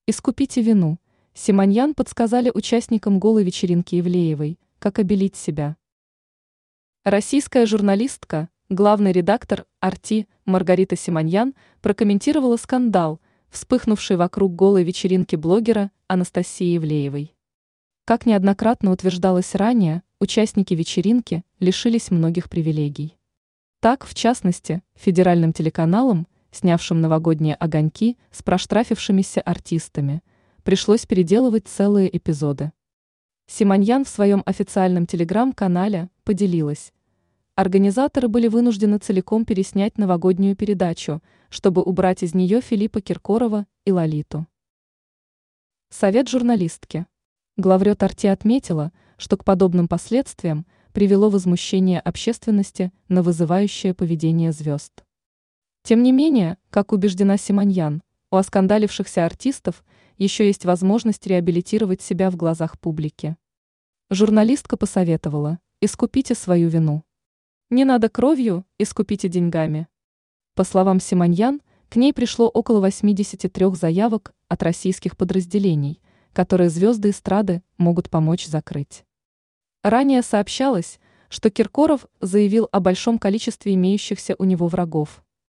Искупите вину. Симоньян подсказали участникам голой вечеринки Ивлеевой, как обелить себя. Российская журналистка, главный редактор «Арти» Маргарита Симоньян прокомментировала скандал, вспыхнувший вокруг голой вечеринки блогера Анастасии Ивлеевой. Как неоднократно утверждалось ранее, участники вечеринки лишились многих привилегий. Так, в частности, федеральным телеканалам, снявшим новогодние огоньки с проштрафившимися артистами, пришлось переделывать целые эпизоды. Симоньян в своем официальном телеграм-канале поделилась. Организаторы были вынуждены целиком переснять новогоднюю передачу, чтобы убрать из нее Филиппа Киркорова и Лолиту. Совет журналистки. Главред Арти отметила, что к подобным последствиям привело возмущение общественности на вызывающее поведение звезд. Тем не менее, как убеждена Симоньян, у оскандалившихся артистов еще есть возможность реабилитировать себя в глазах публики. Журналистка посоветовала: искупите свою вину. Не надо кровью, искупите деньгами. По словам Симоньян, к ней пришло около 83 заявок от российских подразделений, которые звезды эстрады могут помочь закрыть. Ранее сообщалось, что Киркоров заявил о большом количестве имеющихся у него врагов.